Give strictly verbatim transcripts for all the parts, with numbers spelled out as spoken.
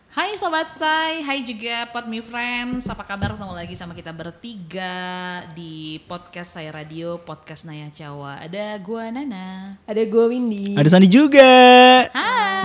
Hai Sobat Say, hai juga Pod Me Friends, apa kabar? Ketemu lagi sama kita bertiga di podcast Saya Radio, podcast Naya Cawa. Ada gua Nana. Ada gue Windy. Ada Sandi juga. Hai.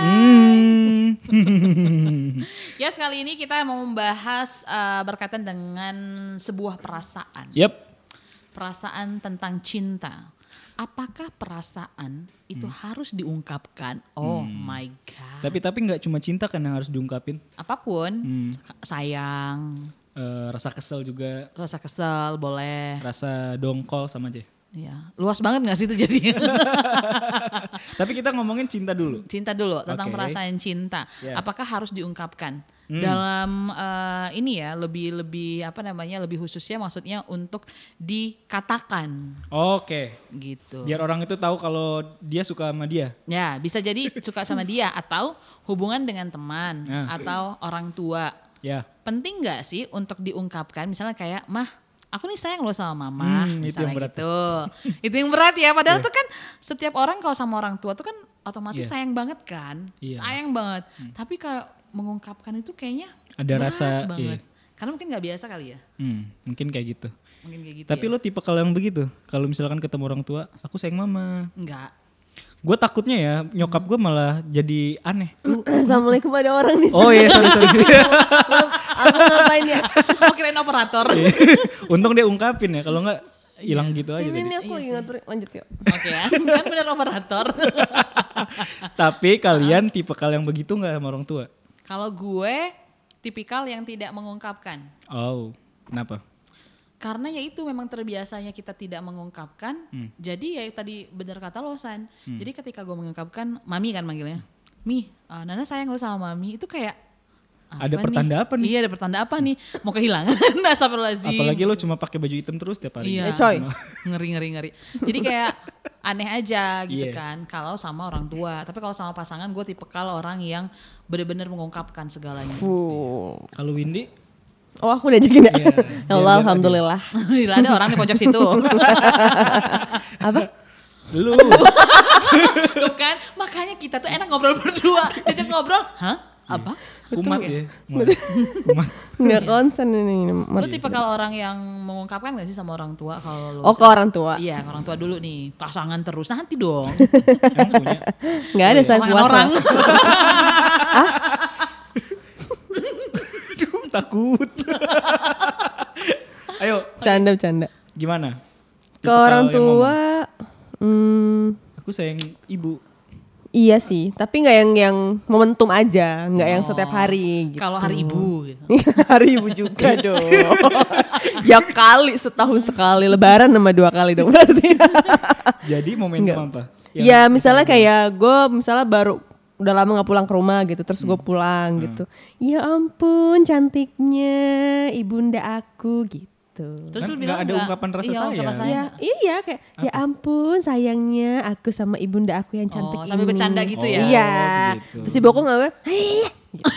Hmm. Ya sekali ini kita mau membahas uh, berkaitan dengan sebuah perasaan. Yep. Perasaan tentang cinta. Apakah perasaan itu hmm. harus diungkapkan? Oh hmm. my God. Tapi tapi nggak cuma cinta kan yang harus diungkapin. Apapun, Hmm. sayang, Eh, rasa kesel juga, rasa kesel boleh. rasa dongkol sama aja. Iya, luas banget nggak sih itu jadinya? Tapi kita ngomongin cinta dulu. Cinta dulu tentang Oke. perasaan cinta. Yeah. Apakah harus diungkapkan Hmm. dalam uh, ini ya lebih lebih apa namanya lebih khususnya maksudnya untuk dikatakan Oke. gitu. Biar orang itu tahu kalau dia suka sama dia. Ya bisa jadi suka sama dia atau hubungan dengan teman Nah. atau orang tua. Ya. Penting nggak sih untuk diungkapkan? Misalnya kayak mah. Aku nih sayang loh sama mama, Hmm, itu misalnya yang berat. gitu. Itu yang berat ya. Padahal Yeah. tuh kan setiap orang kalau sama orang tua tuh kan otomatis Yeah. sayang banget kan, Iya. sayang banget. Tapi kalau mengungkapkan itu kayaknya Ada berat rasa, banget. iya. Karena mungkin nggak biasa kali ya. Hmm, mungkin kayak gitu. Mungkin kayak gitu. Tapi ya. lo tipe kalau yang begitu. Kalau misalkan ketemu orang tua, aku sayang mama. Enggak. Gue takutnya ya nyokap gue malah jadi aneh. Lu, Assalamualaikum, ada orang di oh iya sorry sorry. Aku ngapain ya? Oh kirain operator. Untung dia ungkapin ya, kalau nggak hilang gitu aja Ini tadi. nih aku lagi ngatur, lanjut yuk. Oke ya, kan benar operator. Tapi kalian tipe kalian yang begitu nggak sama orang tua? Kalau gue tipikal yang tidak mengungkapkan. Oh, kenapa? Karena ya itu memang terbiasanya kita tidak mengungkapkan. Hmm. Jadi ya tadi benar kata lo San. Jadi ketika gue mengungkapkan, Mami kan manggilnya. Mi, uh, Nana sayang lo sama Mami. Itu kayak Ada apa pertanda apa nih? Iya ada pertanda apa nih? Mau kehilangan? Astagfirullahaladzim. Apalagi lo cuma pakai baju hitam terus tiap hari. Iya. Eh, coy. Ngeri ngeri ngeri. Jadi kayak aneh aja gitu Iya. kan. Kalau sama orang tua. Tapi kalau sama pasangan gue tipikal orang yang benar-benar mengungkapkan segalanya. Fuh. Kalau Windy, Oh aku udah ajakin ya? Iya, Ya Allah, biar- alhamdulillah. Gila, ada orang di pojok situ. Apa? lu Tuh kan, makanya kita tuh enak ngobrol berdua. Diajak ngobrol, hah? Apa? kumat Oke. ya, kumat. kumat. Nggak konsen ini. Lu tipe kalau orang yang mengungkapkan gak sih sama orang tua kalau lu? Oh ke orang tua? Iya, ke orang tua dulu nih. Pasangan terus, nanti dong. Emang punya? Nggak ada saya Pasangan puasa. orang. Aduh, takut. Ayo, Bercanda, bercanda. gimana? Ke Tipe orang kalau yang ngomong, tua, hmm, aku sayang ibu. iya sih. Tapi nggak yang yang momentum aja, nggak yang Oh, setiap hari. Gitu. Kalau hari ibu gitu. Hari ibu juga dong. Ya kali setahun sekali, lebaran sama dua kali dong berarti. Jadi momentum Enggak. apa? Ya misalnya kayak gue misalnya baru udah lama gak pulang ke rumah gitu, terus gue pulang gitu. Ya ampun cantiknya ibunda aku gitu. Terus Kan lu bilang nggak ada enggak? ungkapan rasa Iya, ungkapan sayang. Ya, iya kayak ya ampun sayangnya aku sama ibunda aku yang cantik Oh, ini. sambil bercanda gitu ya? Oh, Iya. gitu. Terus si bokong ngomong, "Hei." Gitu.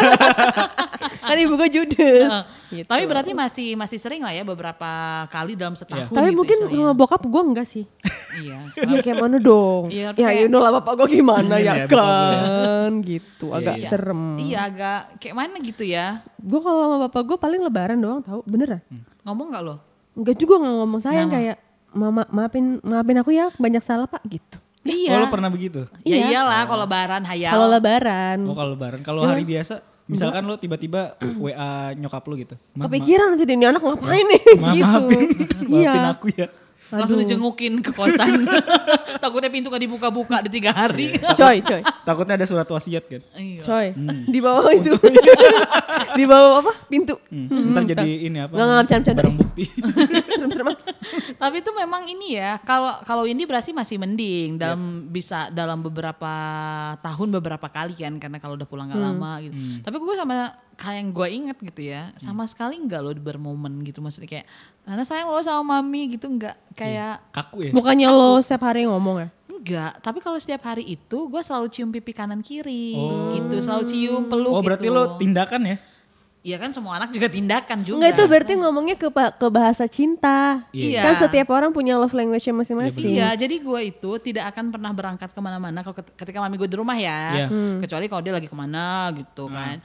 Kan ibu gue judes. Gitu. Tapi berarti masih masih sering lah ya beberapa kali dalam setahun. Tapi gitu mungkin istilahnya. sama bokap gue enggak sih. Iya. Ya kayak mana dong? Iya, tapi Ya kayak- you know lah bapak gue gimana Iya, ya ya, bokap gue ya. kan gitu. Agak Iya. serem. Iya agak kayak mana gitu ya. Gue kalau sama bapak gue paling lebaran doang tahu beneran. Ngomong gak lo? Enggak juga nggak ngomong sayang Nama. kayak mama maafin maafin aku ya banyak salah pak gitu. Iya. Oh, lo pernah begitu? Ya Iya. iyalah kalau lebaran hayal. Kalau lebaran Oh, kalau lebaran. Kalau hari biasa, misalkan lo tiba-tiba W A nyokap lo gitu. Ma, kepikiran nanti deh, ini anak ngapain nih ma, gitu. maafin, maafin Iya. aku ya. Langsung Aduh. dijengukin ke kosan. Takutnya pintu gak dibuka-buka di tiga hari. Coy, coy, Takutnya ada surat wasiat kan. Iya. coy. Di bawah itu. Di bawah apa? Pintu. Hmm. Ntar jadi ini apa? Nggak, nggak, bercanda-bercanda. Barang bukti. Serem-serem. Tapi itu memang ini ya. Kalau kalau ini berarti masih mending dalam bisa dalam beberapa tahun beberapa kali kan karena kalau udah pulang gak lama gitu. Tapi gue sama kayak yang gue inget gitu ya, sama sekali nggak lo bermomen gitu maksudnya kayak, Nana sayang lo sama mami gitu nggak kayak Kaku ya. Bukannya lo setiap hari ngomong ya? enggak. Tapi kalau setiap hari itu gue selalu cium pipi kanan kiri Oh. gitu, selalu cium peluk. Oh, berarti gitu. lo tindakan ya? Iya kan semua anak juga tindakan juga. Enggak itu berarti ngomongnya ke pa- ke bahasa cinta. Iya. Kan setiap orang punya love language-nya masing-masing. Iya, jadi gue itu tidak akan pernah berangkat kemana-mana kalau ket- ketika mami gue di rumah ya, Iya. kecuali kalau dia lagi kemana gitu kan.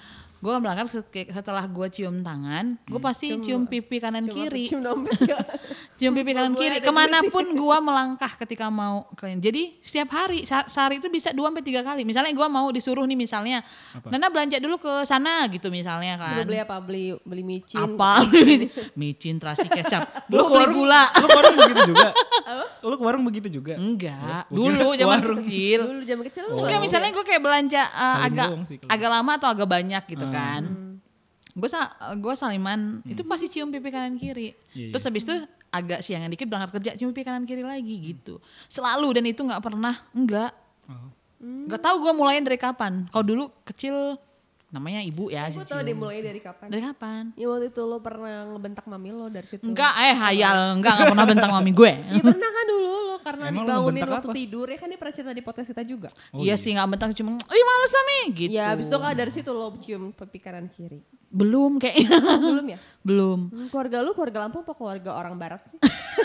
Gue kan berangkat ke- setelah gue cium tangan, gue pasti cium, cium pipi kanan Cium kiri. apa? Cium dompet ya. Cium pipi kanan kiri. Kemanapun gue melangkah ketika mau ke. Jadi setiap hari, se- sehari itu bisa dua sampai tiga kali. Misalnya gue mau disuruh nih misalnya, Apa? Nana belanja dulu ke sana gitu misalnya kan. Suruh beli apa? Beli beli micin. Apa? Micin, terasi kecap. Lu Gue ke beli warung, gula. lu ke warung begitu juga? Lu ke warung begitu juga? Enggak, Oh, gua dulu kira zaman warung. kecil. Dulu zaman kecil lu Enggak, misalnya gue kayak belanja uh, Salim agak doang sih kalau agak lama atau agak banyak gitu Hmm. kan. Gue sa gue saliman itu pasti cium pipi kanan kiri. Iya, Terus habis itu agak siangan dikit berangkat kerja cium pipi kanan kiri lagi gitu. Selalu dan itu nggak pernah enggak. Oh. Nggak tahu gue mulainya dari kapan. Kalau dulu kecil namanya ibu ya. Gue si tau cium. dia mulai dari kapan. Dari kapan? Ya waktu itu lo pernah ngebentak mami lo dari situ. Enggak, eh hayal, enggak enggak pernah bentang mami gue. Ya pernah kan dulu lo karena Emang lo dibangunin ngebentak waktu apa? tidur ya kan dia pernah cerita di podcast kita juga. Oh, iya sih nggak bentang cuma, ih males Mami gitu. Ya abis itu kan dari situ lo cium pipi kanan kiri. Belum kayaknya. Belum ya? Belum. Hmm, keluarga lu keluarga Lampung apa keluarga orang barat sih?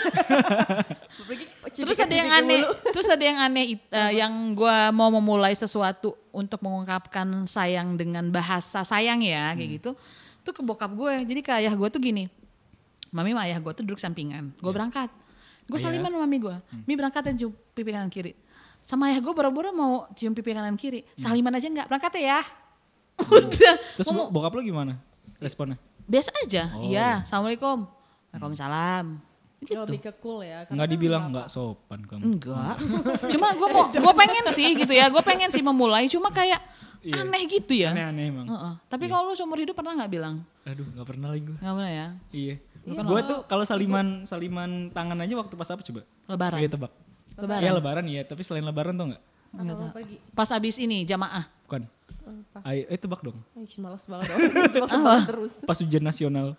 Terus ada yang aneh, terus ada yang aneh it- eh, yang gue mau memulai sesuatu untuk mengungkapkan sayang dengan bahasa sayang ya kayak gitu. Tuh ke bokap gue. Jadi ke ayah gue tuh gini. Mami sama ayah gue tuh duduk sampingan. Gue berangkat. Gue Ayah. saliman sama mami gue. Mi berangkat dan cium pipi kanan kiri. Sama ayah gue boro-boro mau cium pipi kanan kiri. Saliman aja enggak. Berangkat ya. Udah. Terus Ngomong- bokap lu gimana responnya? biasa aja. Oh, Iya, assalamualaikum. Waalaikumsalam. Gitu. lebih ke cool ya. karena Nggak kan dibilang bapak- nggak sopan kamu. Enggak. Cuma gue mau, gue pengen sih gitu ya. Gue pengen sih memulai. Cuma kayak Iya. aneh gitu ya. Aneh-aneh emang. Heeh. Tapi kalau lu seumur hidup pernah nggak bilang? Aduh nggak pernah lagi gue. Nggak pernah ya. Iya. Iya. Gue tuh kalau saliman saliman tangan aja waktu pas apa coba? Lebaran. Iya tebak. Lebaran. Iya lebaran iya. Tapi selain lebaran tuh nggak? Apa Nggak mau tahu. pergi? Pas abis ini jamaah. Bukan. Apa? Ayo, eh tebak dong. Ih, males banget dong. Tebak-tebak terus. Pas ujian nasional.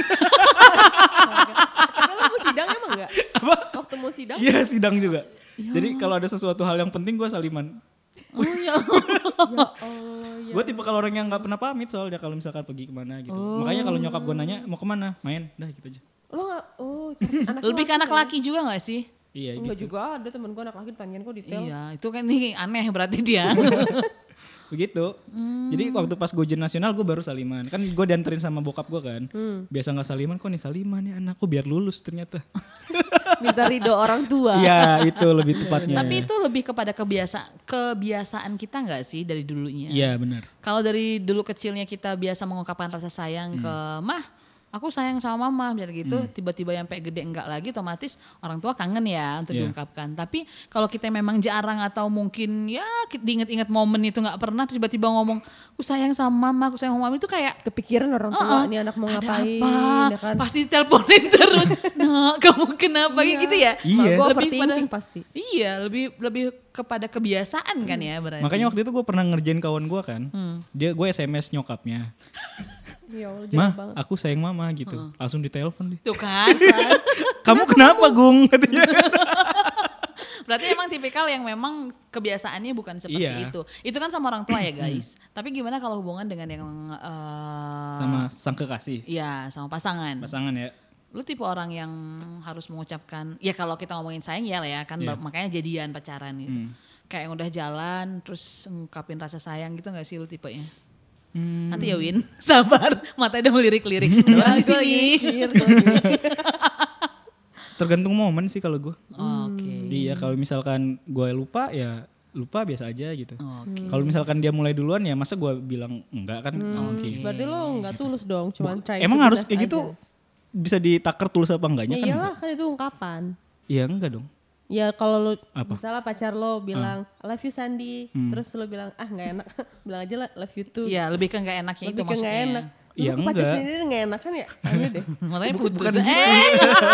Tapi lo mau sidang emang enggak? Waktu mau sidang? Iya sidang juga. Jadi kalau ada sesuatu hal yang penting gue saliman. Oh ya. Ya Allah ya. Gue tipe kalau orang yang nggak pernah pamit soalnya kalau misalkan pergi kemana gitu. Makanya kalau nyokap gue nanya mau kemana, main, dah gitu aja. Lo gak, oh anak Lebih ke anak laki laki juga gak sih? Iya Enggak gitu. juga ada temen gue anak laki ditanyain kok detail. Iya, itu kan nih aneh berarti dia. Begitu. Hmm. Jadi waktu pas gue ujian nasional gue baru saliman. Kan gue dianterin sama bokap gue kan. Hmm. Biasa nggak saliman, kok nih saliman nih anakku biar lulus ternyata. Minta ridho orang tua. Iya itu lebih tepatnya. Tapi itu lebih kepada kebiasa kebiasaan kita nggak sih dari dulunya? Iya benar. Kalau dari dulu kecilnya kita biasa mengungkapkan rasa sayang ke mah, aku sayang sama mama biar gitu, tiba-tiba sampai gede enggak lagi, otomatis orang tua kangen ya untuk Iya. diungkapkan. Tapi kalau kita memang jarang atau mungkin ya kita diinget-inget momen itu nggak pernah, terus tiba-tiba ngomong, aku sayang sama mama, aku sayang sama mama, itu kayak Kepikiran orang tua "Uh-uh, nih anak mau ada ngapain. apa? Ya kan? Pasti teleponin terus. Nah, kamu kenapa gitu ya? Iya. Gue Lebih pada overthinking pasti. Iya, lebih lebih kepada kebiasaan kan ya berarti. Makanya waktu itu gue pernah ngerjain kawan gue kan. Hmm. Dia gue S M S nyokapnya. Ya Allah jauh Mah banget. aku sayang mama gitu. Langsung ditelepon dia. Tuh kan. Kamu kenapa Gung? Katanya. Berarti emang tipikal yang memang kebiasaannya bukan seperti Iya. itu. Itu kan sama orang tua ya guys. Tapi gimana kalau hubungan dengan yang eh, Sama sang kekasih. Iya, sama pasangan. Pasangan ya. Lu tipe orang yang harus mengucapkan, ya kalau kita ngomongin sayang ya lah ya kan, Iya. makanya jadian pacaran gitu. Hmm. Kayak yang udah jalan terus ngungkapin rasa sayang gitu gak sih lu tipenya? Hmm. Nanti ya Win, sabar, matanya udah melirik-lirik. Orang di sini. Tergantung momen sih kalau gue. Oke. Iya kalau misalkan gue lupa ya lupa biasa aja gitu. Oke. Kalau misalkan dia mulai duluan ya masa gue bilang enggak kan. Oke. Berarti lo nggak tulus dong, cuman try Emang to be harus nice kayak gitu aja. bisa ditaker tulus apa enggaknya Ya kan? iyalah kan itu ungkapan. Iya enggak dong. Ya kalau lo Apa? misalnya pacar lo bilang I love you Sandy, terus lo bilang ah nggak enak, bilang aja lah love you too. Iya, lebih ke nggak enaknya itu Lebih ke nggak maksudnya. enak. Iya, Lu ke pacar enggak. sendiri nggak enak kan ya? Aneh deh. Makanya putus. bukan eh.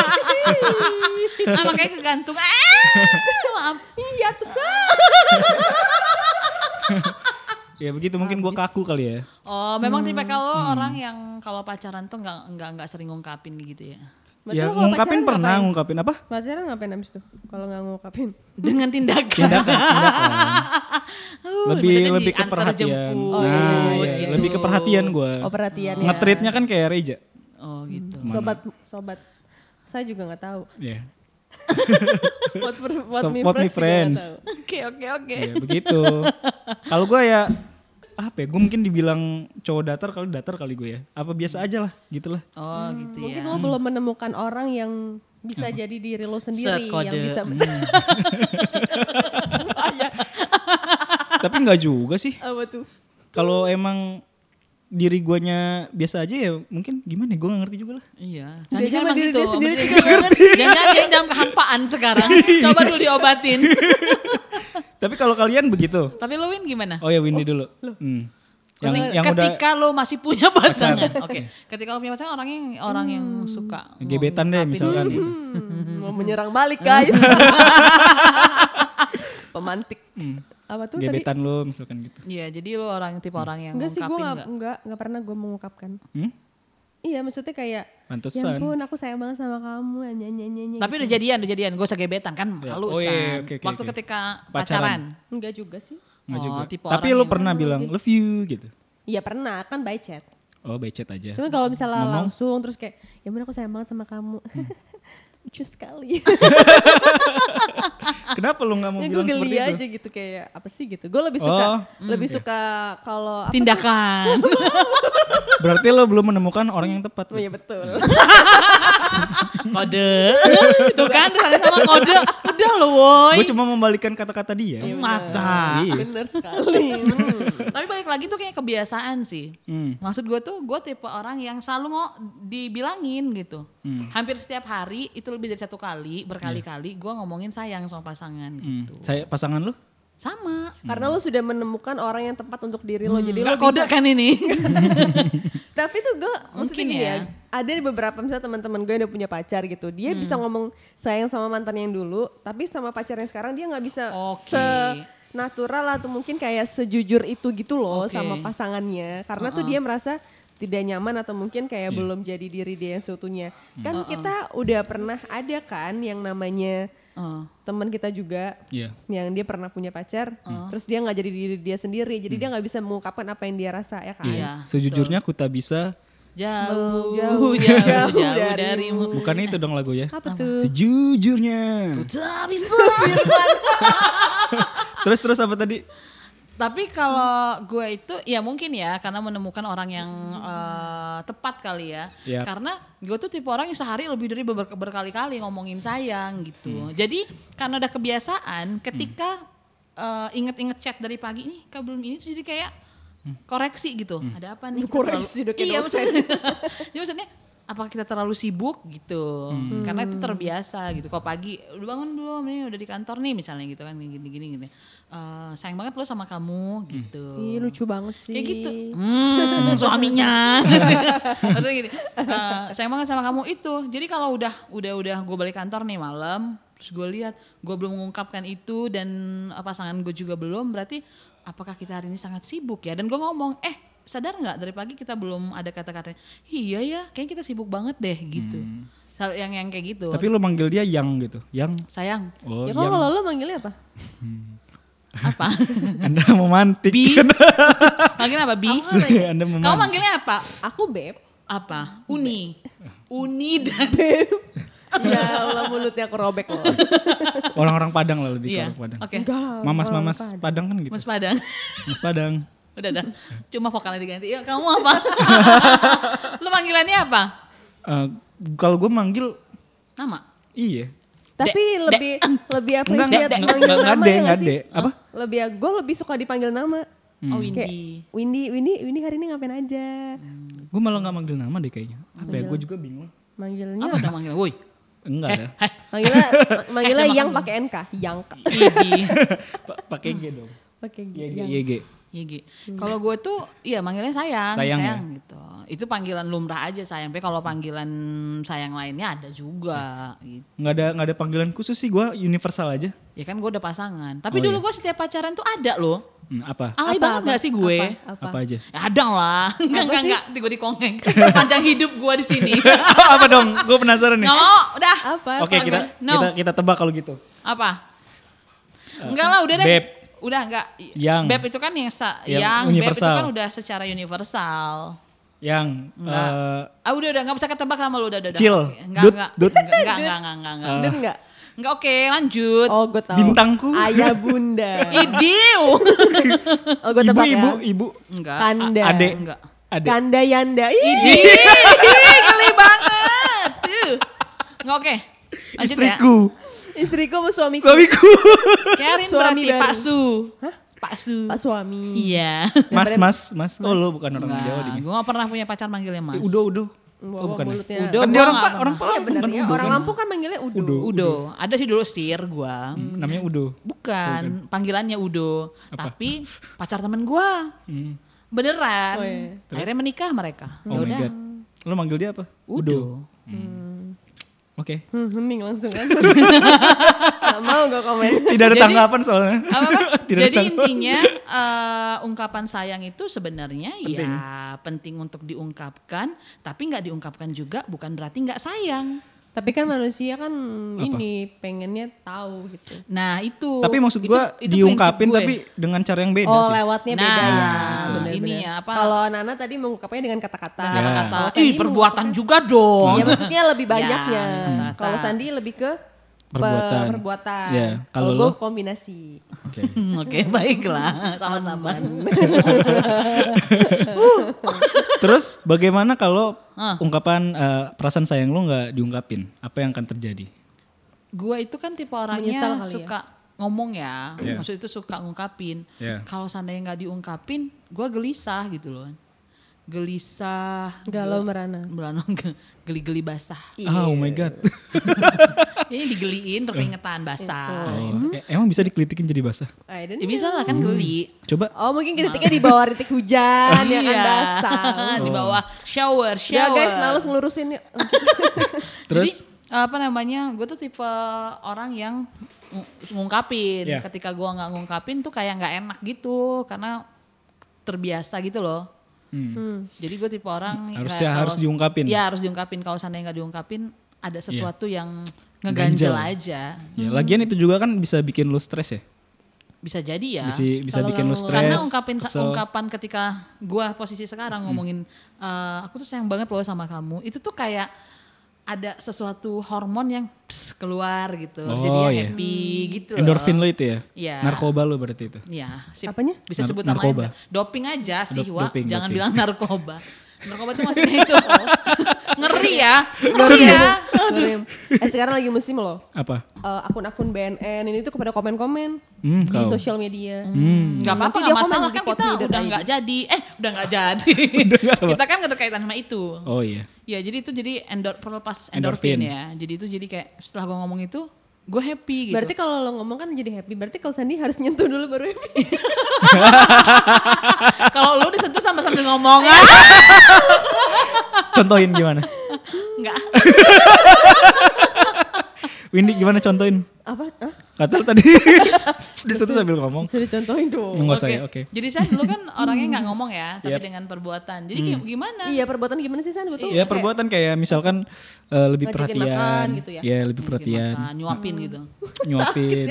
ah, makanya kegantung. Eh, maaf. Iya tuh Ya begitu mungkin gue kaku kali ya. Oh, memang tipe Hmm. kalau orang yang kalau pacaran tuh nggak nggak nggak sering ngungkapin gitu ya. Berarti Ya lo kalau ngungkapin pacaran pernah ngapain? ngungkapin apa? Pacaran ngapain abis tuh? Kalau nggak ngungkapin. Dengan tindakan. Tindakan, tindakan. Uh, lebih maksudnya lebih ke diantar perhatian. jemput, Oh, iya, Nah, iya, iya, iya. lebih ke perhatian gue. Oh perhatian ya. Nge-treatnya kan kayak Reja. Oh gitu. Sobat sobat saya juga nggak tahu. Iya. What, for, what, So, me what me friends juga nggak friends. tahu. Oke oke oke. Iya begitu. Kalau gue ya apa ya? Gue mungkin dibilang cowok datar kali datar kali gue ya. Apa biasa aja lah, gitulah. Oh gitu Mungkin ya. lo belum menemukan orang yang bisa jadi diri lo sendiri, Set kode. yang bisa. Tapi nggak juga sih. Apa tuh? Kalau emang diri guanya biasa aja ya mungkin gimana? Gue nggak ngerti juga lah. Iya. Dia Candi kan cuma emang diri gitu. dia sendiri Dia juga ngerti. Jangan dia dalam kehampaan sekarang. Coba dulu diobatin. Tapi kalau kalian begitu. Tapi lo Win gimana? Oh ya Windy dulu. Hmm. Yang Ketika- yang udah ketika lo masih punya pasangan. Oke. Ketika lo punya pasangan orang yang orang yang suka gebetan deh ngungkapin misalkan diri. gitu. Hmm, mau menyerang balik guys. Pemantik. Apa tuh tadi? Gebetan lo misalkan gitu. Iya, jadi lo orang tipe orang yang Enggak sih, gue ngungkapin gak, nggak? enggak, enggak pernah gue mengungkapkan. Hmm? Iya, maksudnya kayak, ya Pantesan. ampun aku sayang banget sama kamu, nyanyi nyanyi. Tapi udah jadian, udah jadian. Gue usah gebetan kan Ya. malu Oh, iya, San. oke, oke, Waktu oke. ketika Pacaran. pacaran. Enggak juga sih. Nggak Oh, juga. tipe Tapi orang lo yang- pernah bilang love you gitu. Iya pernah, kan by chat. Oh by chat aja. Cuman kalau misalnya Ngomong? langsung terus kayak, ya ampun aku sayang banget sama kamu. Lucu sekali. Kenapa lo nggak mau Ya gue bilang seperti geli itu? aja gitu kayak apa sih gitu. Gue lebih suka Oh, lebih suka kalau apa- Tindakan. Berarti lo belum menemukan orang yang tepat. Oh iya betul. Kode. Tuh kan, ada sama kode. Udah lo woy. Gue cuma membalikan kata-kata dia. Masa. Iya. Bener sekali. Hmm. Tapi balik lagi tuh kayak kebiasaan sih. Hmm. Maksud gue tuh gue tipe orang yang selalu mau dibilangin gitu. Hmm. Hampir setiap hari itu lebih dari satu kali, berkali-kali gue ngomongin sayang sama pasangan Hmm. gitu. Saya pasangan lo? Sama. Karena lo sudah menemukan orang yang tepat untuk diri lo. Jadi Gak lo kode bisa. kan ini. Tapi tuh gue maksudnya Mungkin gini ya. ya. Ada di beberapa misalnya teman-teman gue yang udah punya pacar gitu. Dia bisa ngomong sayang sama mantan yang dulu, tapi sama pacar yang sekarang dia nggak bisa Oke. se natural atau mungkin kayak sejujur itu gitu loh Oke. sama pasangannya. Karena tuh dia merasa tidak nyaman atau mungkin kayak Iya. belum jadi diri dia yang seutuhnya. Kan kita udah pernah ada kan yang namanya Uh. teman kita juga Iya. yang dia pernah punya pacar, terus dia nggak jadi diri dia sendiri, jadi dia nggak bisa mengungkapkan apa yang dia rasa ya kan. Iya. Sejujurnya aku tak bisa. Jauh, Jauh, jauh, jauh jauh, darimu. darimu. Bukan itu dong lagu ya. Apa tuh? Sejujurnya. Tak bisa. Terus terus apa tadi? Tapi kalau gue itu ya mungkin ya karena menemukan orang yang eh, tepat kali ya. Iya. Karena gue tuh tipe orang yang sehari lebih dari ber- berkali-kali ngomongin sayang gitu. Jadi karena udah kebiasaan ketika eh, inget-inget chat dari pagi ini kak belum ini terus jadi kayak koreksi gitu. Ada apa nih? Kita Koreksi udah kayak Iya dosen. maksudnya. Jadi maksudnya apakah kita terlalu sibuk gitu? Karena itu terbiasa gitu. Kalau pagi udah bangun belum nih udah di kantor nih misalnya gitu kan gini-gini gitu. Eh, sayang banget lo sama kamu gitu. Ih lucu banget sih. Kayak gitu. Hmm, suaminya. Maksudnya gini. eh, sayang banget sama kamu itu. Jadi kalau udah udah udah gue balik kantor nih malam, terus gue lihat gue belum mengungkapkan itu dan eh, pasangan gue juga belum, berarti apakah kita hari ini sangat sibuk ya? Dan gue ngomong, eh sadar nggak dari pagi kita belum ada kata-kata, iya ya, kayaknya kita sibuk banget deh gitu. Sal- Yang yang kayak gitu. Tapi lo manggil dia yang gitu. Yang. sayang, Oh Ya yang. kalau lo manggilnya apa? apa? Anda memantik. Bi. Manggilnya apa? Bi? Anda Kamu memantik. manggilnya apa? Aku beb. Apa? Uni. Uni dan Ya Allah mulutnya aku robek loh. Orang-orang Padang lah lebih ke iya. orang Padang. Oke. Enggak lah. Mamas-mamas orang Padang kan gitu. Mas Padang. Mas Padang. Udah dah. Cuma vokalnya diganti. Ya, kamu apa? Lu panggilannya apa? Eh, kalau gue manggil Nama? iya. Tapi Dek, lebih lebih Enggak, appreciate enggak, manggil enggak, enggak nama ade, ya enggak nggak sih? ade. Apa? Lebih gue lebih suka dipanggil nama. Oh Kayak Windy. Windy, Windy, Windy hari ini ngapain aja? Gue malah gak manggil nama deh kayaknya. Apa ya? Gue juga bingung. Manggilnya Apa udah manggil? Woi. Enggak ada. Hai. manggilnya manggilnya Eh, yang nama pakai N K, yang Idi. Pa- Pakai G dong. pakai Y G, yang. Y G. Y G. Kalau gue tuh iya manggilnya sayang, Sayang ya? gitu. Itu panggilan lumrah aja sayang. Tapi kalau panggilan sayang lainnya ada juga gitu. Nggak ada nggak ada panggilan khusus sih, gue universal aja. Ya kan gue udah pasangan. Tapi Oh, dulu iya. gue setiap pacaran tuh ada loh. Hmm, apa? Alay Apa, banget apa? gak sih gue? Apa? Apa? Apa aja? Ya ada lah. Enggak, enggak, enggak. Gue dikongeng. Panjang hidup gue di sini. Apa dong? Gue penasaran nih. Nggak mau, udah. Apa? Oke, Oke, kita no. kita kita tebak kalau gitu. Apa? Enggak lah, udah deh. Beb. Udah enggak. Yang. Beb itu kan yang sa- Yang yang, beb itu universal. kan udah secara universal. Yang Enggak. eh, Ah udah udah enggak bisa ketebak sama lu udah udah. udah. Chill. Oke. Enggak, Dut, enggak, dut. enggak enggak enggak enggak enggak. Dan enggak? Enggak, oke, lanjut. Oh, gue tahu. Bintangku. Ayah bunda. Idiu. Oh, gue Ibu, tebak ibu, ya. ibu. Enggak. Kanda. Ade. Enggak. Ade. Kanda Yanda. Ih. Ih, geli banget. Tuh. Enggak, oke. Lanjut Istriku. Istriku sama suamiku. Suamiku. ya. Karin Suami berarti baru. Pak Su. Hah? Pak Su. Pak suami. Iya. Mas, mas, mas. Oh lo bukan orang Enggak, Jawa dia. gue gak pernah punya pacar manggilnya Mas. Eh, Udo, Udo. Wah, Oh bukan ya? mulutnya. Udo. Kan gua dia orang nggak pa- pernah. orang Iya Palawan benar kan ya. Udo Orang kan? Lampung kan manggilnya Udo. Udo. Udo. Ada sih dulu Sir gua. Hmm, namanya Udo. Bukan, panggilannya Udo. Tapi pacar temen gua. Hmm. Beneran. Oh, iya. Akhirnya menikah mereka. Oh my Yaudah. god. Lo manggil dia apa? Udo. Oke. Hmm, hening langsung kan. Gak mau gue komen. Tidak ada Jadi- tanggapan soalnya. Apa-apa? Tidak ada Jadi tanggapan. intinya eh, ungkapan sayang itu sebenarnya Penting. ya penting untuk diungkapkan, tapi nggak diungkapkan juga bukan berarti nggak sayang. Tapi kan manusia kan ini pengennya tahu gitu. Nah itu. Tapi maksud itu- gue itu diungkapin prinsip gue. tapi dengan cara yang beda Oh sih. lewatnya Nah, beda ya. betul. Bener-bener. Ini ya, apa- Kalau Nana tadi mengungkapnya dengan kata-kata. Dan Ya. kata-kata, Kalau ih Sandi perbuatan mengungkapnya- juga dong. Iya maksudnya lebih Ya, banyaknya. kata-kata. Kalau Sandi lebih ke pe- Perbuatan. perbuatan. Ya, kalau Kalau lo? gue kombinasi. Oke. Hmm, Oke baiklah sama-sama. Terus bagaimana kalau Hah. ungkapan eh, perasaan sayang lo nggak diungkapin? Apa yang akan terjadi? Gue itu kan tipe Menyesal orangnya kali ya? suka ngomong ya, Iya. maksud itu suka ngungkapin. Iya. Kalau seandainya nggak diungkapin, gue gelisah gitu loh. Gelisah. Galau gel- merana. Merana, ge- geli-geli basah. Ah, oh my god. Ini digeliin terus keingetan basah. Oh, eh, emang bisa dikelitikin jadi basah? I don't Ya bisa lah kan geli. Coba. Oh mungkin kritiknya di bawah titik hujan ya kan Iya. basah. Di bawah shower, Ya shower. guys males ngelurusin yuk. Terus? Jadi apa namanya, gue tuh tipe orang yang ng- ngungkapin. Iya. Ketika gue nggak ngungkapin tuh kayak nggak enak gitu, karena terbiasa gitu loh. Hmm. Jadi gue tipe orang Harusnya kayak harus kalau- diungkapin. Iya harus diungkapin. Kalau seandainya nggak diungkapin, ada sesuatu yang Ganjel. ngeganjel aja. Ya, lagian itu juga kan bisa bikin lo stres ya. Bisa jadi ya. Bisa bisa Kalau bikin lo nggak- stres. Karena ungkapin kesel. ungkapan ketika gue posisi sekarang ngomongin "Eh, aku tuh sayang banget loh sama kamu, itu tuh kayak ada sesuatu hormon yang pss, keluar gitu, Oh, jadinya iya. happy gitu. Endorfin loh. lo itu ya? Iya. Narkoba lo berarti itu? Iya. sip. Apanya? Bisa Nar- sebut narkoba. namanya. Doping aja sih, Dop- Wak. doping, Jangan doping. bilang narkoba. Narkoba itu maksudnya itu. Ngeri ya. Ngeri ya. Sorry. Eh sekarang lagi musim loh. Apa? Eh, akun-akun B N N ini tuh kepada komen-komen Hmm, di kau. sosial media. Hmm, Gak Nanti apa-apa, gak dia komen masalah di kan Pot kita Me dot udah I D. gak jadi. Eh udah gak jadi. Kita kan gak ada kaitan sama itu. Oh iya. Ya jadi itu jadi endor perlepas Endorfin. endorfin ya. Jadi itu jadi kayak setelah gue ngomong itu gue happy gitu. Berarti kalau lo ngomong kan jadi happy. Berarti kalau Sandi harus nyentuh dulu baru happy. Kalau lu disentuh sama sambil ngomong ah, Contohin gimana? enggak. Windy gimana contohin? Apa? Hah? Kata lu tadi. Di situ sambil ngomong. Bisa dicontohin dong. Enggak Oke. saya, oke. Jadi San dulu kan orangnya nggak ngomong ya, tapi Yep. dengan perbuatan. Jadi kayak gimana? Iya perbuatan gimana sih San? Gue tuh Ya perbuatan kayak misalkan eh, lebih Ngajakin perhatian. makan gitu ya? Ya lebih perhatian. Makan, nyuapin gitu. Nyuapin.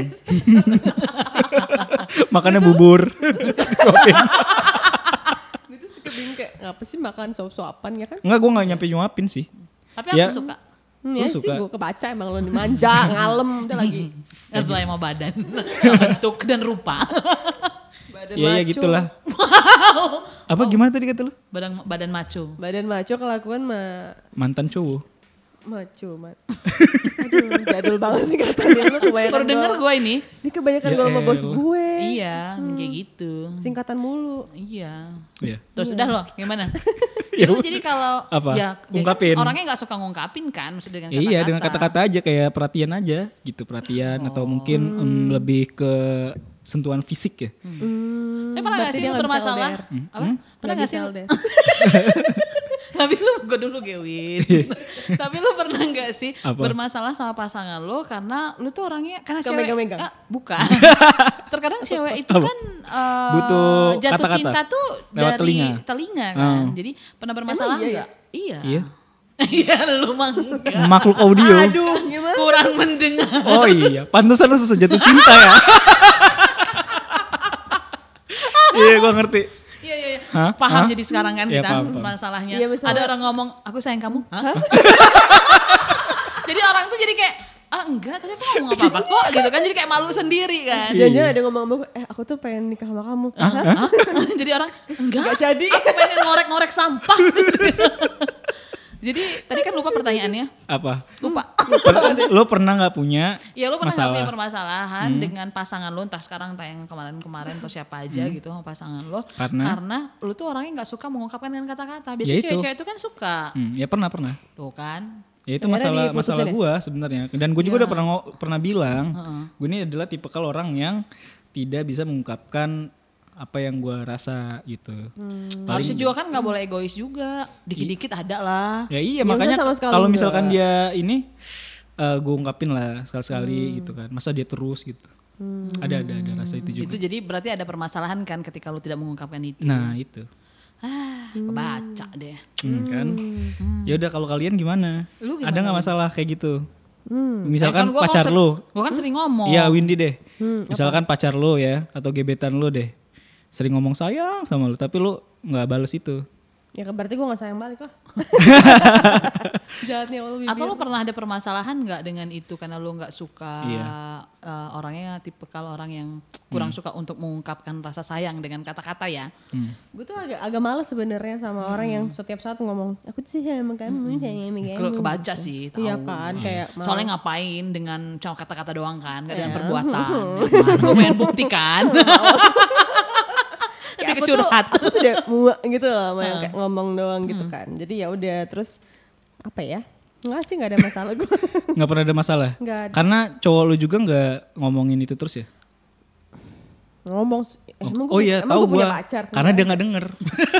Makannya bubur. Disuapin. itu suka bingung kayak ngapa sih makan sop-sopan ya kan? Enggak, gue gak nyampe nyuapin sih. Tapi aku Ya. suka. Hmm, Lu ya sih suka? gue kebaca emang lo dimanja, ngalem udah lagi. Nggak sesuai sama badan, sama bentuk dan rupa. Badan Iya ya maco. gitulah. Apa gimana tadi kata lu? Badan badan maco. Badan maco kelakuan mah Mantan cowok. maco mat. Aduh jadul banget sih katanya lu kebanyakan. Baru denger gaul. gue ini. Ini kebanyakan Ya gue sama bos elah. gue. Iya, kayak gitu. Singkatan mulu. Iya. Iya. Terus udah loh, gimana? Ya Ya, lu udah. jadi kalau Apa? ya dia kan Ungkapin. orangnya nggak suka ngungkapin kan, maksudnya dengan Ya kata-kata. iya dengan kata-kata aja kayak perhatian aja gitu perhatian atau mungkin em, lebih ke sentuhan fisik ya. Hmm, Tapi pernah gak berarti sih dia lu nggak bisa bermasalah? L D R. Apa? Pernah Nggak gak sih bisa lu? L D R. Tapi lu gue dulu Gewin. Tapi lu pernah gak sih Apa? bermasalah sama pasangan lu karena lu tuh orangnya karena Suka cewek megang-megang? Ah, bukan. Terkadang cewek itu Apa? kan eh, Butuh jatuh kata-kata. cinta tuh Lewat dari telinga. telinga kan. Oh. Jadi pernah bermasalah Emang iya enggak? Iya. Iya. Iya lu mah enggak. Makhluk audio. Aduh gimana? Kurang mendengar. Oh iya, pantesan lu susah jatuh cinta ya. Iya, gua ngerti. Iya iya iya. Hah? Paham Hah? jadi sekarang kan Iya, kita paham, paham. masalahnya. Iya, misalnya- Ada orang ngomong, "Aku sayang kamu." Hah? Jadi orang tuh jadi kayak ah enggak tadi aku ngomong apa-apa kok gitu kan, jadi kayak malu sendiri kan. Jangan-jangan ada ngomong-ngomong, eh aku tuh pengen nikah sama kamu. Hah? Jadi orang enggak, Nggak jadi. aku pengen ngorek-ngorek sampah. Jadi tadi kan lupa pertanyaannya. Apa? Lupa. Lo pernah nggak punya Ya lo pernah nggak masalah? punya permasalahan Hmm. dengan pasangan lo, entah sekarang entah yang kemarin-kemarin atau siapa aja Hmm. gitu sama pasangan lo. Karena? Karena lo tuh orangnya nggak suka mengungkapkan dengan kata-kata. Ya Biasanya itu. cewek-cewek itu kan suka. Hmm, ya pernah pernah. Tuh kan. Ya itu Akhirnya masalah diputusin masalah ya? gue sebenarnya. Dan gue juga Ya. udah pernah ngo- pernah bilang, Heeh. gue ini adalah tipe kalau orang yang tidak bisa mengungkapkan apa yang gue rasa gitu. Hmm. Paling- Harusnya juga kan nggak boleh egois juga. Dikit-dikit ada lah. Ya iya Ya, makanya maksudnya sama sekali kalau enggak. misalkan dia ini gue ungkapin lah sekali-sekali Hmm. gitu kan. Masa dia terus gitu. Ada ada ada rasa itu juga. Itu jadi berarti ada permasalahan kan ketika lo tidak mengungkapkan itu. Nah itu. Ah, kebaca deh. Hmm, kan. Ya udah kalau kalian gimana? Lu gimana, Ada nggak Win? masalah kayak gitu? Hmm. Misalkan Eh, kan gua pacar kan lu. Gue kan sering ngomong. Iya Windy deh. Hmm, Misalkan pacar lu ya atau gebetan lu deh. Sering ngomong sayang sama lu tapi lu nggak bales itu. Ya berarti gue gak sayang balik lah. Jahatnya lu bibir. Atau lo pernah ada permasalahan nggak dengan itu karena lo nggak suka Iya. eh, orangnya tipe kalau orang yang kurang suka untuk mengungkapkan rasa sayang dengan kata-kata ya. Hmm. Gue tuh agak agak males sebenarnya sama orang yang setiap saat ngomong aku tuh sayang sama kamu, sayang sama kamu. Ke- kebaca sih, tahu. Iya kan, kayak malah- Soalnya ngapain dengan cuma kata-kata doang kan, nggak dengan perbuatan. Gue pengen buktikan. Ya, Lebih aku tuh, kecurhat. aku tuh udah muak gitu loh sama yang kayak ngomong doang gitu kan. Jadi ya udah terus apa ya? Enggak sih, nggak ada masalah gue. Nggak pernah ada masalah. Nggak ada. Karena cowok lu juga nggak ngomongin itu terus ya. Ngomong s- eh, emang Oh gua- iya emang tahu gua punya gua. pacar. Karena dia nggak denger.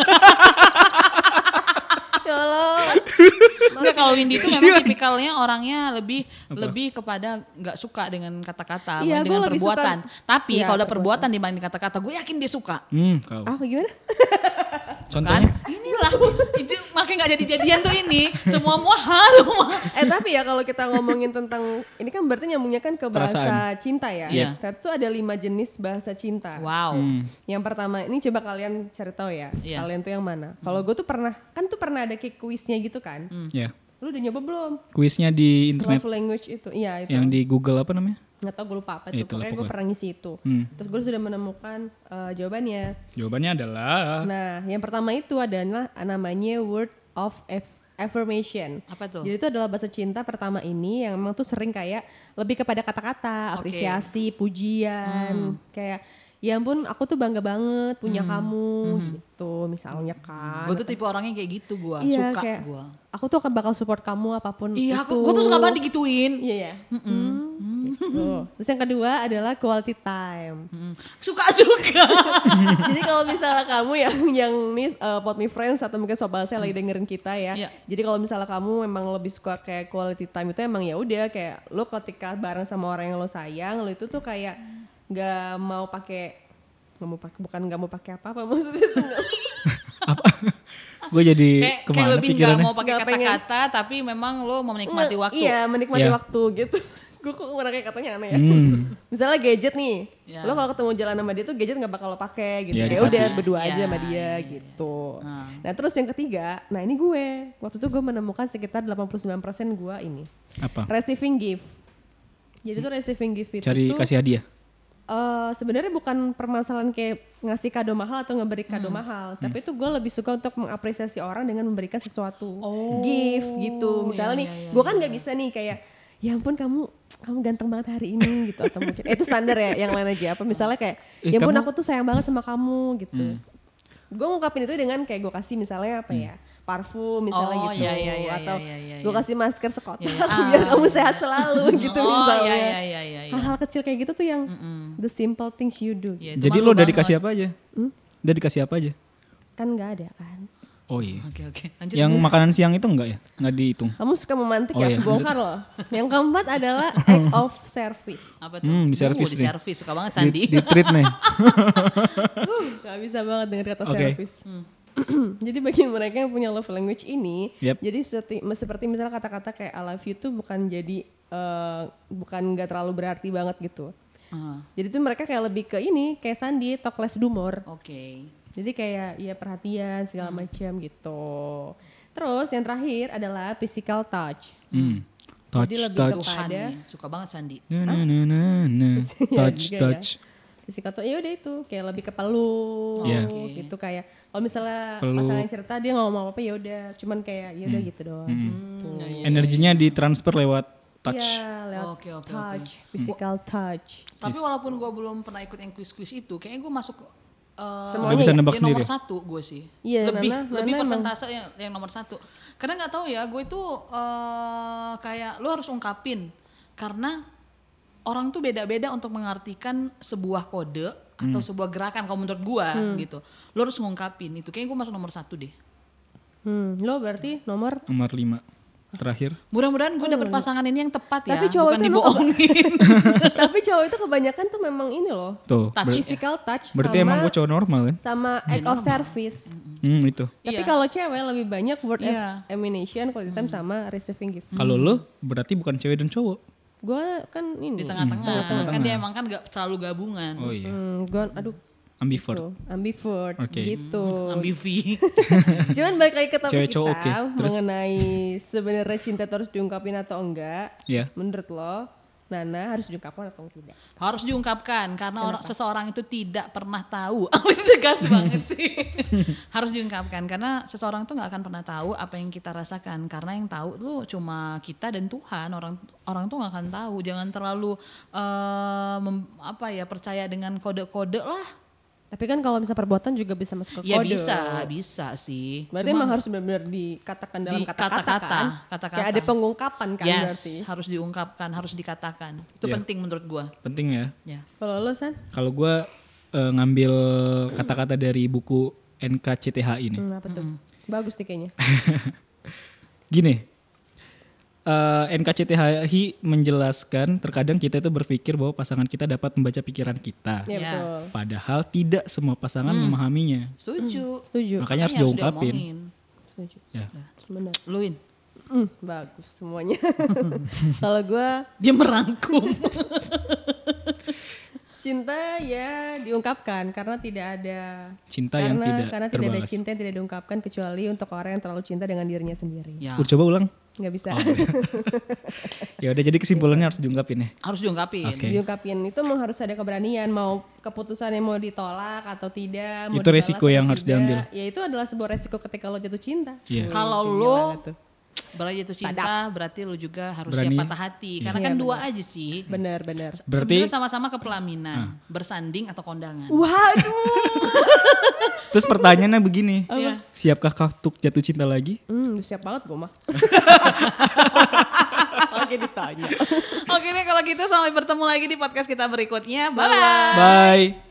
Ya Allah. Enggak, kalau Windy itu memang tipikalnya orangnya lebih lebih kepada nggak suka dengan kata-kata, Iya, mending dengan gua lebih suka- perbuatan. Tapi Iya, kalau ada perbuatan. perbuatan dibanding kata-kata, gue yakin dia suka. Hmm, kau. Apa gimana? Kan? Contohnya? Inilah itu makanya nggak jadi jadian tuh ini. Semua muah semua. Eh tapi ya kalau kita ngomongin tentang ini kan berarti nyambungnya kan ke bahasa Perasaan. cinta ya. Iya. Ternyata tuh ada lima jenis bahasa cinta. Wow. Hmm. Yang pertama ini coba kalian cari tahu ya. Iya. Kalian tuh yang mana? Kalau gue tuh pernah kan tuh pernah ada kayak kuisnya gitu kan. Ya. Lu udah nyoba belum? Kuisnya di internet Love language itu. Iya itu. yang di Google apa namanya? Nggak tau gue lupa apa Ya, tuh. itulah Pokoknya gue pokoknya. pernah ngisi itu. Hmm. Terus gue sudah menemukan eh, jawabannya. Jawabannya adalah Nah, yang pertama itu adalah namanya word of aff- affirmation. Apa tuh? Jadi itu adalah bahasa cinta pertama ini yang memang tuh sering kayak lebih kepada kata-kata, Oke. apresiasi, pujian, kayak ya ampun aku tuh bangga banget punya kamu gitu misalnya kan. Gue tuh tipe orangnya kayak gitu gue, Iya, suka kayak, gue. Aku tuh akan bakal support kamu apapun Iya, itu. aku gue tuh suka banget digituin. Iya ya. Hmm, gitu. Terus yang kedua adalah quality time. Mm. Suka juga. Jadi kalau misalnya kamu yang yang nih uh, Pod Me Friends atau mungkin sobat saya lagi dengerin kita ya. Iya. Jadi kalau misalnya kamu memang lebih suka kayak quality time itu emang ya udah kayak lo ketika bareng sama orang yang lo sayang, lo itu tuh kayak nggak mau pakai nggak mau pakai bukan nggak mau pakai apa-apa maksudnya tuh nggak- gue jadi kayak kayak kemana lebih nggak pikirannya? mau pakai Nggak pengen. kata-kata, tapi memang lo mau menikmati nggak- waktu. Iya, menikmati Iya. waktu gitu. Gue kok ngerasa katanya aneh ya. Hmm. Misalnya gadget nih, Ya. lo kalau ketemu jalan sama dia tuh gadget nggak bakal lo pakai gitu. Ya, Ya dipakai. udah berdua Ya, aja sama dia ya, ya, gitu. Ah. Nah terus yang ketiga, nah ini gue waktu itu gue menemukan sekitar delapan puluh sembilan persen gue ini Apa? receiving gift. Jadi tuh receiving gift itu Cari tuh kasih hadiah. eh, sebenarnya bukan permasalahan kayak ngasih kado mahal atau ngeberi kado mahal, tapi itu gue lebih suka untuk mengapresiasi orang dengan memberikan sesuatu Oh, gift gitu. Misalnya iya, nih, iya, iya, gue kan nggak bisa nih kayak ya ampun kamu kamu ganteng banget hari ini gitu atau mungkin eh, itu standar ya yang lain aja apa misalnya kayak Eh, ya ampun kamu- aku tuh sayang banget sama kamu gitu. Gue ngungkapin itu dengan kayak gue kasih misalnya apa ya parfum misalnya Oh, gitu iya, iya, iya, atau iya, iya, gue iya. kasih masker sekotak Iya, iya. biar Ah. kamu sehat selalu gitu Oh, misalnya. iya, iya, iya, iya, iya. Hal-hal kecil kayak gitu tuh yang the simple things you do. Iya, itu Jadi malu lo udah banget. dikasih apa aja? Hmm? Udah dikasih apa aja? Kan nggak ada kan. Oh iya. Oke, oke. Lanjut. Yang makanan siang itu enggak ya? Enggak dihitung. Kamu suka memantik Oh, ya, iya. aku bongkar loh. Yang keempat adalah act of service. Apa tuh? Hmm, Oh, diservis di nih. servis. Suka banget Sandi. Di, di treat nih. Gak bisa banget denger kata Oke. service. Jadi bagi mereka yang punya love language ini, Yep. jadi seperti, seperti misalnya kata-kata kayak I love you tuh bukan jadi eh, bukan nggak terlalu berarti banget gitu. Ah, Jadi tuh mereka kayak lebih ke ini, kayak Sandi, talk less do more. Oke. Jadi kayak ya perhatian segala macam gitu. Terus yang terakhir adalah physical touch. Hmm. touch, Jadi lebih touch. Tuhan kepada nih, suka banget Sandi. Na na na na na. Touch, juga ya. touch. Physical touch, ya udah itu kayak lebih ke peluk Iya. gitu kayak kalau misalnya Peluk. pasangan cerita dia nggak ngomong apa-apa ya udah, cuman kayak ya udah gitu doang. Gitu. Energinya ditransfer lewat touch. Iya, lewat Oke, oke, oke. touch, physical touch. Tapi walaupun gue belum pernah ikut yang quiz-quiz itu, kayaknya gue masuk uh, Semuanya Udah bisa ya? nebak yang sendiri. nomor satu gue sih. Iya, lebih Nana- lebih Nana emang- persentase yang, yang nomor satu. Karena nggak tahu ya, gue itu uh, kayak lu harus ungkapin karena orang tuh beda-beda untuk mengartikan sebuah kode atau sebuah gerakan kalau menurut gue gitu. Lu harus ngungkapin itu. Kayaknya gue masuk nomor satu deh. Hmm, lo berarti nomor Nomor lima. Terakhir. Mudah-mudahan gue dapet pasangan ini yang tepat ya, Tapi cowok bukan itu emang dibohongin. tapi cowok itu kebanyakan tuh memang ini loh, Tuh. Touch. ber- physical touch berarti sama emang gue cowok normal kan? sama act of service. Hmm, itu. Tapi Iya. kalau cewek lebih banyak word of Iya. affirmation, quality time sama receiving gift. Kalau lo berarti bukan cewek dan cowok. Gue kan ini. Di tengah-tengah. tengah-tengah. Kan dia emang kan gak selalu gabungan. Oh iya. Hmm, gue aduh Ambivert. tuh, ambivert Oke. gitu. Ambivi. Cuman balik lagi ke topik Cewek kita cowok oke. Terus? mengenai sebenarnya cinta itu harus diungkapin atau enggak. Iya. Menurut lo, Nana harus diungkapkan atau tidak? Harus diungkapkan karena orang seseorang itu tidak pernah tahu. Ini tegas banget sih. Harus diungkapkan karena seseorang itu nggak akan pernah tahu apa yang kita rasakan karena yang tahu tuh cuma kita dan Tuhan. Orang orang tuh nggak akan tahu. Jangan terlalu eh, mem- apa ya percaya dengan kode-kode lah. Tapi kan kalau bisa perbuatan juga bisa masuk ke Ya kode. bisa, bisa sih. Berarti Cuma emang harus benar-benar dikatakan dalam di kata-kata kata-kata, kan? kata-kata. Kayak ada pengungkapan kan yes, berarti. harus diungkapkan, harus dikatakan. Itu Iya. penting menurut gua. Penting ya. Ya. Kalau lo San? Kalau gue eh, ngambil kata-kata dari buku N K C T H I ini. Hmm, apa tuh? Bagus nih kayaknya. Gini, eh, N K C T H I menjelaskan terkadang kita itu berpikir bahwa pasangan kita dapat membaca pikiran kita. Iya Ya. betul. Padahal tidak semua pasangan memahaminya. Setuju. Setuju. Makanya harus Makanya diungkapin. diomongin. Setuju. Ya. Benar. Luin. Hmm, bagus semuanya. Kalau gue Dia merangkum. cinta ya diungkapkan karena tidak ada Cinta karena, yang tidak karena tidak ada terbalas. cinta yang tidak diungkapkan kecuali untuk orang yang terlalu cinta dengan dirinya sendiri. Ya. Udah coba ulang. Nggak bisa. Ya udah jadi kesimpulannya harus diungkapin ya. Harus diungkapin. Oke. Diungkapin itu memang harus ada keberanian mau keputusan yang mau ditolak atau tidak. Mau Itu dibalas resiko atau yang harus tidak. diambil. Ya itu adalah sebuah resiko ketika lo jatuh cinta. Iya. Kalau Gimana lo tuh? berarti jatuh cinta, berarti lo juga harus Berani. siap patah hati. Karena Iya, kan benar. dua aja sih. Benar benar. Berarti- Sebenarnya sama-sama kepelaminan, bersanding atau kondangan. Waduh. Terus pertanyaannya begini. Iya. Siapkah kau untuk jatuh cinta lagi? Hmm, siap banget gue mah. Oke ditanya. Oke nih kalau gitu sampai bertemu lagi di podcast kita berikutnya. Bye. Bye.